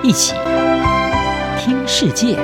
一起听世界。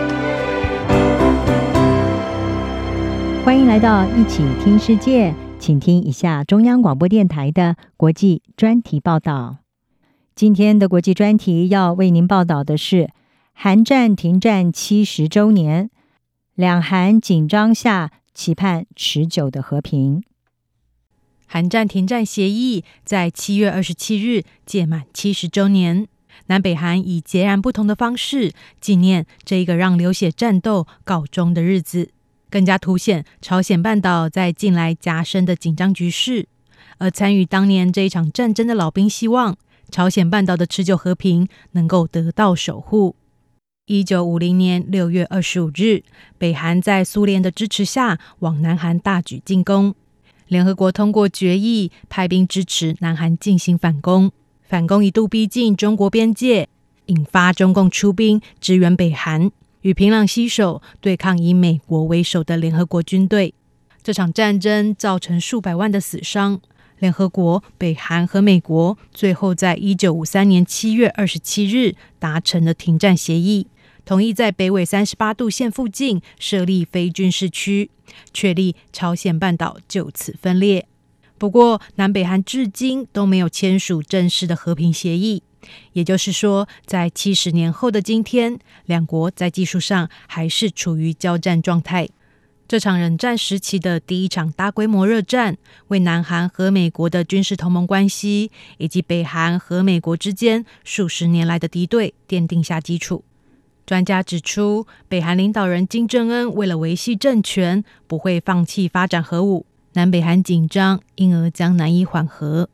欢迎来到一起听世界，请听一下中央广播电台的国际专题报道。今天的国际专题要为您报道的是韩战停战70周年，两韩紧张下期盼持久的和平。 韩战停战协议在7月27日届满70周年，南北韩以截然不同的方式纪念这一个让流血战斗告终的日子，更加凸显朝鲜半岛在近来加深的紧张局势。而参与当年这一场战争的老兵希望朝鲜半岛的持久和平能够得到守护。1950年6月25日，北韩在苏联的支持下往南韩大举进攻，联合国通过决议，派兵支持南韩进行反攻。反攻一度逼近中国边界，引发中共出兵支援北韩，与平壤携手对抗以美国为首的联合国军队。这场战争造成数百万的死伤。联合国、北韩和美国最后在1953年7月27日达成了停战协议，同意在北纬38度线附近设立非军事区，确立朝鲜半岛就此分裂。不过，南北韩至今都没有签署正式的和平协议，也就是说，在70年后的今天，两国在技术上还是处于交战状态。这场冷战时期的第一场大规模热战，为南韩和美国的军事同盟关系，以及北韩和美国之间数十年来的敌对奠定下基础。专家指出，北韩领导人金正恩为了维系政权，不会放弃发展核武，南北韩紧张，因而将难以缓和。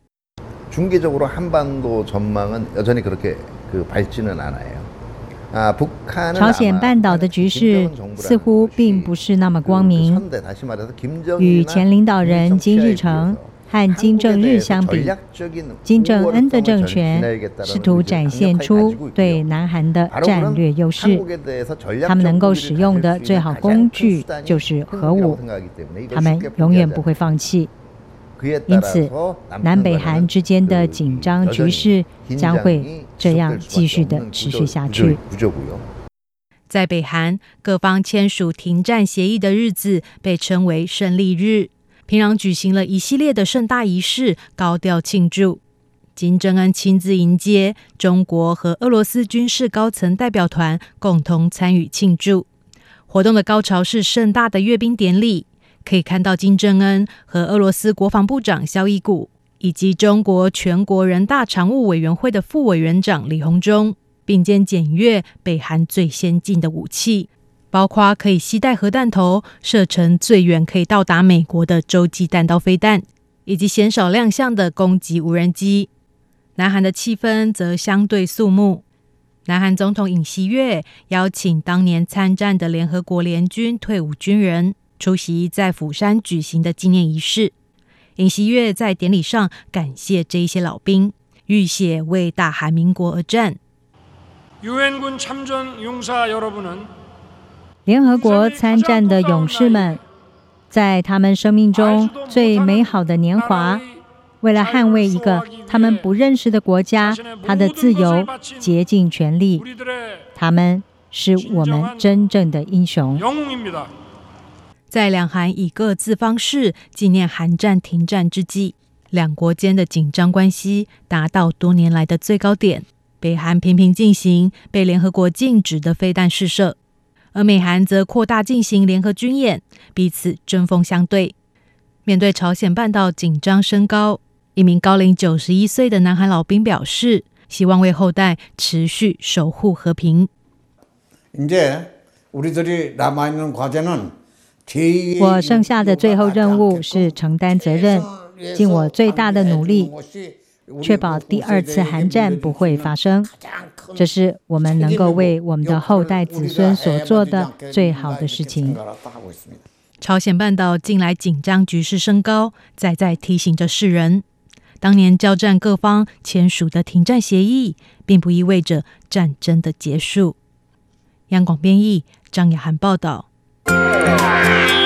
중기적으로 한반도 전망은 여전히 그렇게 밝지는 않아요. 朝鲜半岛的局势似乎并不是那么光明。与前领导人金日成和金正日相比，金正恩的政权试图展现出对南韩的战略优势，他们能够使用的最好工具就是核武，他们永远不会放弃。因此，南北韩之间的紧张局势将会这样继续的持续下去。 在北韩，各方签署停战协议的日子被称为胜利日，平壤举行了一系列的盛大仪式，高调庆祝。金正恩亲自迎接，中国和俄罗斯军事高层代表团共同参与庆祝。活动的高潮是盛大的阅兵典礼，可以看到金正恩和俄罗斯国防部长肖伊古，以及中国全国人大常务委员会的副委员长李鸿忠，并肩检阅北韩最先进的武器，包括可以携带核弹头、射程最远可以到达美国的洲际弹道飞弹，以及鲜少亮相的攻击无人机。南韩的气氛则相对肃穆。南韩总统尹锡悦邀请当年参战的联合国联军退伍军人出席在釜山举行的纪念仪式。尹锡悦在典礼上感谢这一些老兵，浴血为大韩民国而战。 유엔군 참전 용사 여러분은 联合国参战的勇士们，在他们生命中最美好的年华，为了捍卫一个他们不认识的国家，他的自由，竭尽全力。他们是我们真正的英雄。在两韩以各自方式纪念韩战停战之际，两国间的紧张关系达到多年来的最高点。北韩频频进行被联合国禁止的飞弹试射，而美韩则扩大进行联合军演，彼此针锋相对。面对朝鲜半岛紧张升高，一名高龄91岁的南韩老兵表示，希望为后代持续守护和平。我剩下的最后任务是承担责任，尽我最大的努力，确保第二次韩战不会发生。这是我们能够为我们的后代子孙所做的最好的事情。朝鲜半岛近来紧张局势升高，再提醒着世人，当年交战各方签署的停战协议，并不意味着战争的结束。央广编译，张雅涵报道。